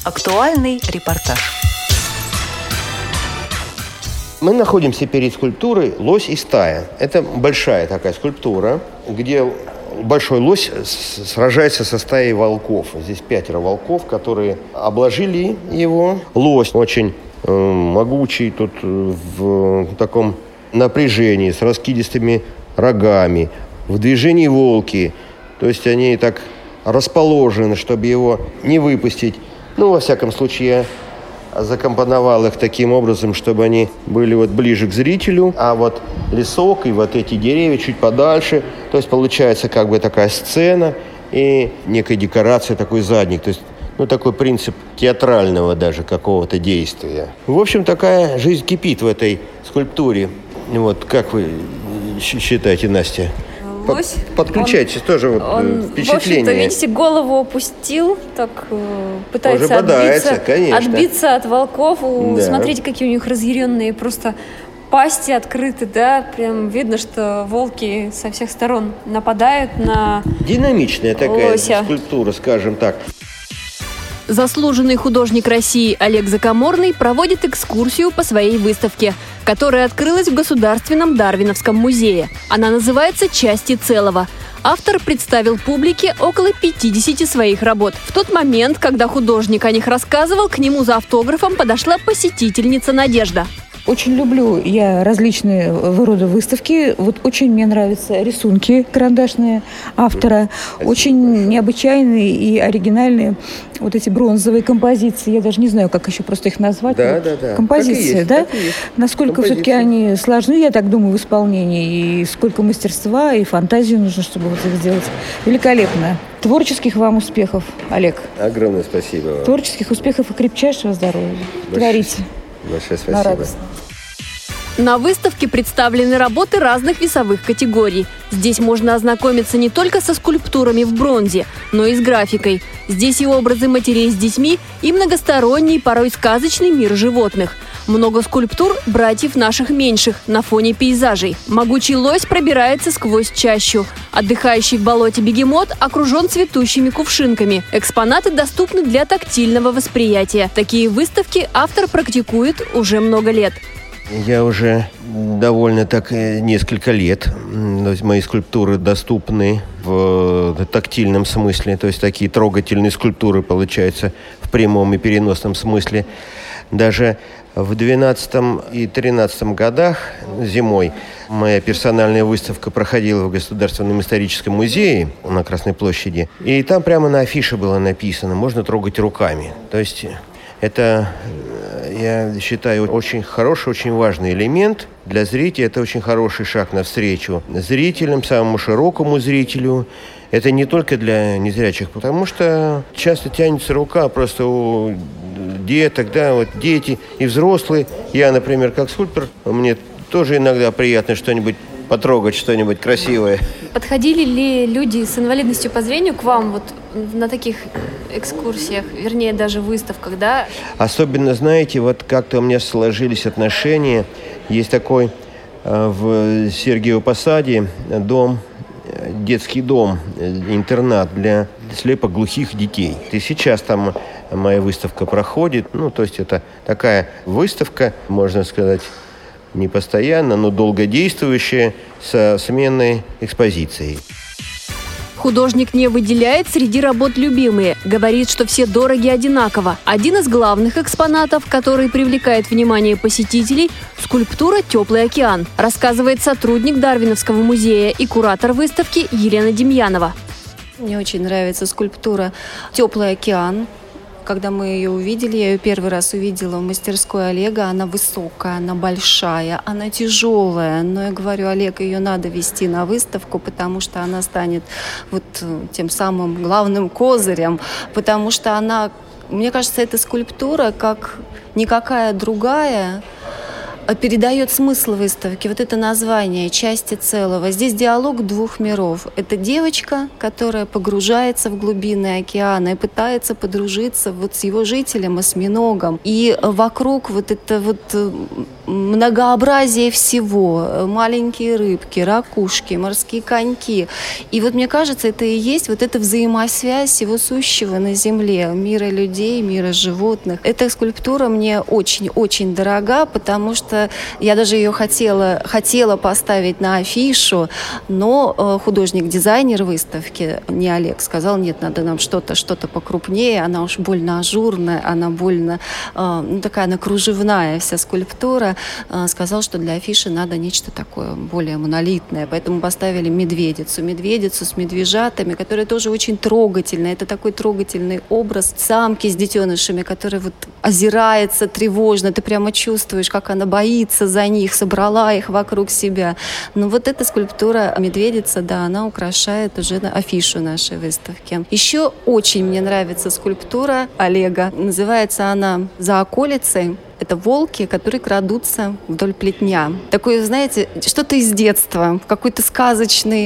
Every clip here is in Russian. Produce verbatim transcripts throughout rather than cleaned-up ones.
Актуальный репортаж. Мы находимся перед скульптурой «Лось и стая». Это большая такая скульптура, где большой лось сражается со стаей волков. Здесь пятеро волков, которые обложили его. Лось очень э, могучий, тут в таком напряжении, с раскидистыми рогами. В движении волки. То есть они так расположены, чтобы его не выпустить. Ну, во всяком случае, я закомпоновал их таким образом, чтобы они были вот ближе к зрителю, а вот лесок и вот эти деревья чуть подальше. То есть получается как бы такая сцена и некая декорация, такой задник. То есть, ну, такой принцип театрального даже какого-то действия. В общем, такая жизнь кипит в этой скульптуре. Вот как вы считаете, Настя? Лось. Подключайтесь, он, тоже вот он, впечатление. В общем-то, видите, голову опустил, так э, пытается бодается, отбиться, отбиться от волков. Да. Смотрите, какие у них разъяренные просто пасти открыты, да, прям видно, что волки со всех сторон нападают на динамичная такая лося. Скульптура, скажем так. Заслуженный художник России Олег Закоморный проводит экскурсию по своей выставке, которая открылась в Государственном Дарвиновском музее. Она называется «Части целого». Автор представил публике около пятидесяти своих работ. В тот момент, когда художник о них рассказывал, к нему за автографом подошла посетительница Надежда. Очень люблю я различные рода выставки. Вот очень мне нравятся рисунки карандашные автора. Очень необычайные и оригинальные вот эти бронзовые композиции. Я даже не знаю, как еще просто их назвать. Да, да, да. Композиции, есть, да? Насколько все-таки они сложны, я так думаю, в исполнении. И сколько мастерства и фантазии нужно, чтобы вот их сделать. Великолепно. Творческих вам успехов, Олег. Огромное спасибо вам. Творческих успехов и крепчайшего здоровья. Большое, Творите. Большое спасибо. На выставке представлены работы разных весовых категорий. Здесь можно ознакомиться не только со скульптурами в бронзе, но и с графикой. Здесь и образы матерей с детьми, и многосторонний, порой сказочный мир животных. Много скульптур братьев наших меньших на фоне пейзажей. Могучий лось пробирается сквозь чащу. Отдыхающий в болоте бегемот окружен цветущими кувшинками. Экспонаты доступны для тактильного восприятия. Такие выставки автор практикует уже много лет. Я уже довольно так несколько лет. То есть мои скульптуры доступны в тактильном смысле. То есть такие трогательные скульптуры, получается, в прямом и переносном смысле. Даже в двенадцатом и тринадцатом годах зимой моя персональная выставка проходила в Государственном историческом музее на Красной площади. И там прямо на афише было написано: можно трогать руками. То есть это, я считаю, очень хороший, очень важный элемент для зрителя. Это очень хороший шаг навстречу зрителям, самому широкому зрителю. Это не только для незрячих, потому что часто тянется рука просто у деток, да, вот дети и взрослые. Я, например, как скульптор, мне тоже иногда приятно что-нибудь потрогать, что-нибудь красивое. Подходили ли люди с инвалидностью по зрению к вам вот на таких экскурсиях, вернее, даже выставках, да? Особенно, знаете, вот как-то у меня сложились отношения. Есть такой э, в Сергиево Посаде дом, детский дом, интернат для слепоглухих детей. И сейчас там моя выставка проходит. Ну, то есть это такая выставка, можно сказать, не постоянно, но долгодействующая, со сменной экспозицией. Художник не выделяет среди работ любимые. Говорит, что все дороги одинаково. Один из главных экспонатов, который привлекает внимание посетителей – скульптура «Теплый океан», рассказывает сотрудник Дарвиновского музея и куратор выставки Елена Демьянова. Мне очень нравится скульптура «Теплый океан». Когда мы ее увидели, я ее первый раз увидела в мастерской Олега, она высокая, она большая, она тяжелая. Но я говорю: Олег, ее надо везти на выставку, потому что она станет вот тем самым главным козырем, потому что она, мне кажется, эта скульптура, как никакая другая, передает смысл выставки. Вот это название «Части целого». Здесь диалог двух миров. Это девочка, которая погружается в глубины океана и пытается подружиться вот с его жителем, осьминогом. И вокруг вот это вот многообразие всего. Маленькие рыбки, ракушки, морские коньки. И вот мне кажется, это и есть вот эта взаимосвязь всего сущего на Земле, мира людей, мира животных. Эта скульптура мне очень-очень дорога, потому что я даже ее хотела, хотела поставить на афишу, но художник-дизайнер выставки, не Олег, сказал, нет, надо нам что-то, что-то покрупнее, она уж больно ажурная, она больно, ну, такая она кружевная вся скульптура. Сказал, что для афиши надо нечто такое более монолитное, поэтому поставили медведицу. Медведицу с медвежатами, которая тоже очень трогательная. Это такой трогательный образ самки с детенышами, которая вот озирается тревожно. Ты прямо чувствуешь, как она боится за них, собрала их вокруг себя. Но вот эта скульптура медведица, да, она украшает уже афишу нашей выставки. Еще очень мне нравится скульптура Олега. Называется она «За околицей». Это волки, которые крадутся вдоль плетня. Такое, знаете, что-то из детства, какой-то сказочный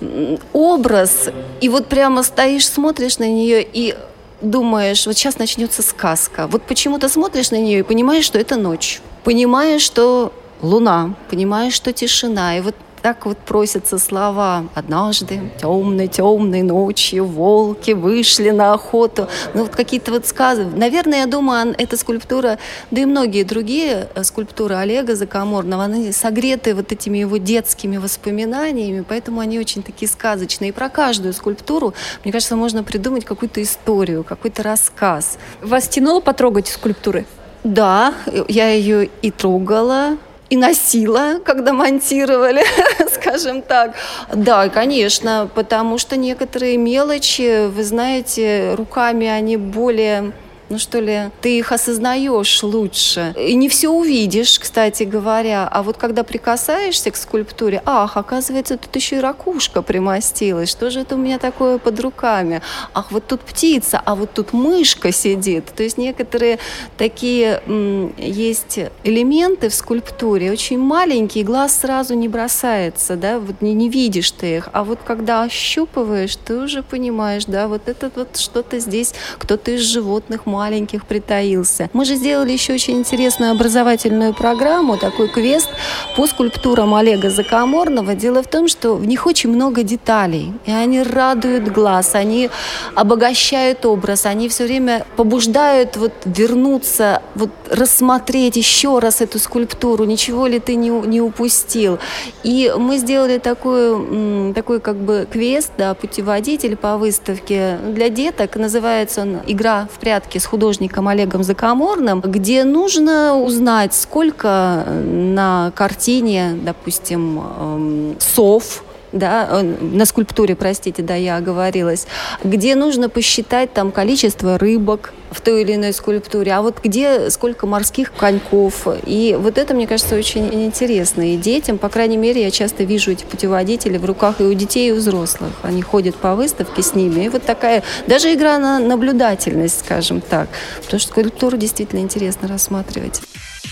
образ. И вот прямо стоишь, смотришь на нее и думаешь, вот сейчас начнется сказка. Вот почему-то смотришь на нее и понимаешь, что это ночь. Понимаешь, что луна, понимаешь, что тишина. И вот так вот просятся слова. Однажды темной-темной ночью волки вышли на охоту. Ну, вот какие-то вот сказы. Наверное, я думаю, эта скульптура, да и многие другие скульптуры Олега Закаморного, они согреты вот этими его детскими воспоминаниями, поэтому они очень такие сказочные. И про каждую скульптуру, мне кажется, можно придумать какую-то историю, какой-то рассказ. Вас тянуло потрогать скульптуры? Да, я ее и трогала, и носила, когда монтировали, скажем так. Да, конечно, потому что некоторые мелочи, вы знаете, руками они более... Ну что ли, ты их осознаешь лучше. И не все увидишь, кстати говоря. А вот когда прикасаешься к скульптуре, ах, оказывается, тут еще и ракушка примостилась. Что же это у меня такое под руками? Ах, вот тут птица, а вот тут мышка сидит. То есть некоторые такие м, есть элементы в скульптуре, очень маленькие, глаз сразу не бросается, да, вот не, не видишь ты их. А вот когда ощупываешь, ты уже понимаешь, да, вот это вот что-то здесь, кто-то из животных маленьких притаился. Мы же сделали еще очень интересную образовательную программу, такой квест по скульптурам Олега Закаморного. Дело в том, что в них очень много деталей, и они радуют глаз, они обогащают образ, они все время побуждают вот вернуться, вот рассмотреть еще раз эту скульптуру, ничего ли ты не, не упустил. И мы сделали такой, такой как бы квест, да, путеводитель по выставке для деток. Называется он «Игра в прятки с художником Олегом Закаморным», где нужно узнать, сколько на картине, допустим, сов, да, на скульптуре, простите, да, я оговорилась, где нужно посчитать там количество рыбок в той или иной скульптуре, а вот где сколько морских коньков. И вот это, мне кажется, очень интересно. И детям, по крайней мере, я часто вижу эти путеводители в руках и у детей, и у взрослых. Они ходят по выставке с ними. И вот такая, даже игра на наблюдательность, скажем так. Потому что скульптуру действительно интересно рассматривать.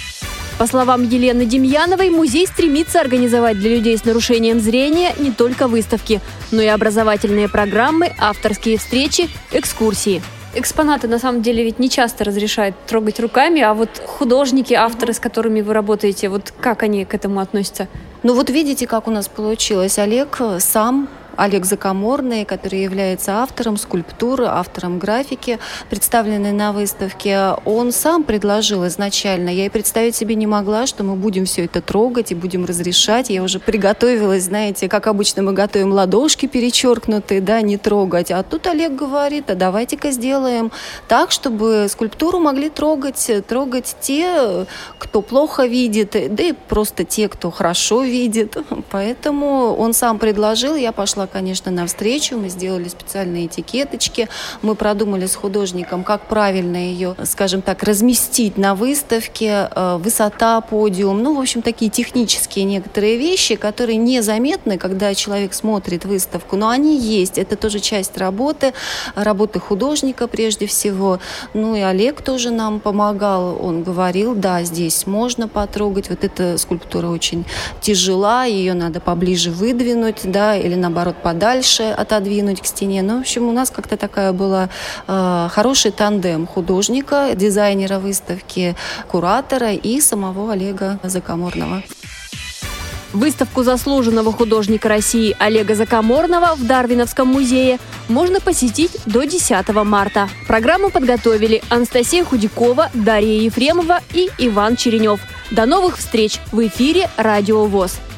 По словам Елены Демьяновой, музей стремится организовать для людей с нарушением зрения не только выставки, но и образовательные программы, авторские встречи, экскурсии. Экспонаты, на самом деле, ведь не часто разрешают трогать руками, а вот художники, авторы, с которыми вы работаете, вот как они к этому относятся? Ну вот видите, как у нас получилось. Олег сам... Олег Закаморный, который является автором скульптуры, автором графики, представленной на выставке, он сам предложил изначально. Я и представить себе не могла, что мы будем все это трогать и будем разрешать. Я уже приготовилась, знаете, как обычно мы готовим ладошки перечеркнутые, да, не трогать. А тут Олег говорит, а давайте-ка сделаем так, чтобы скульптуру могли трогать, трогать те, кто плохо видит, да и просто те, кто хорошо видит. Поэтому он сам предложил, я пошла, конечно, навстречу. Мы сделали специальные этикеточки. Мы продумали с художником, как правильно ее, скажем так, разместить на выставке, высота, подиум. Ну, в общем, такие технические некоторые вещи, которые незаметны, когда человек смотрит выставку, но они есть. Это тоже часть работы, работы художника прежде всего. Ну, и Олег тоже нам помогал. Он говорил, да, здесь можно потрогать. Вот эта скульптура очень тяжела, ее надо поближе выдвинуть, да, или наоборот подальше отодвинуть к стене. Ну, в общем, у нас как-то такая была э, хороший тандем художника, дизайнера выставки, куратора и самого Олега Закаморного. Выставку заслуженного художника России Олега Закаморного в Дарвиновском музее можно посетить до десятого марта. Программу подготовили Анастасия Худякова, Дарья Ефремова и Иван Черенев. До новых встреч в эфире «Радио ВОС».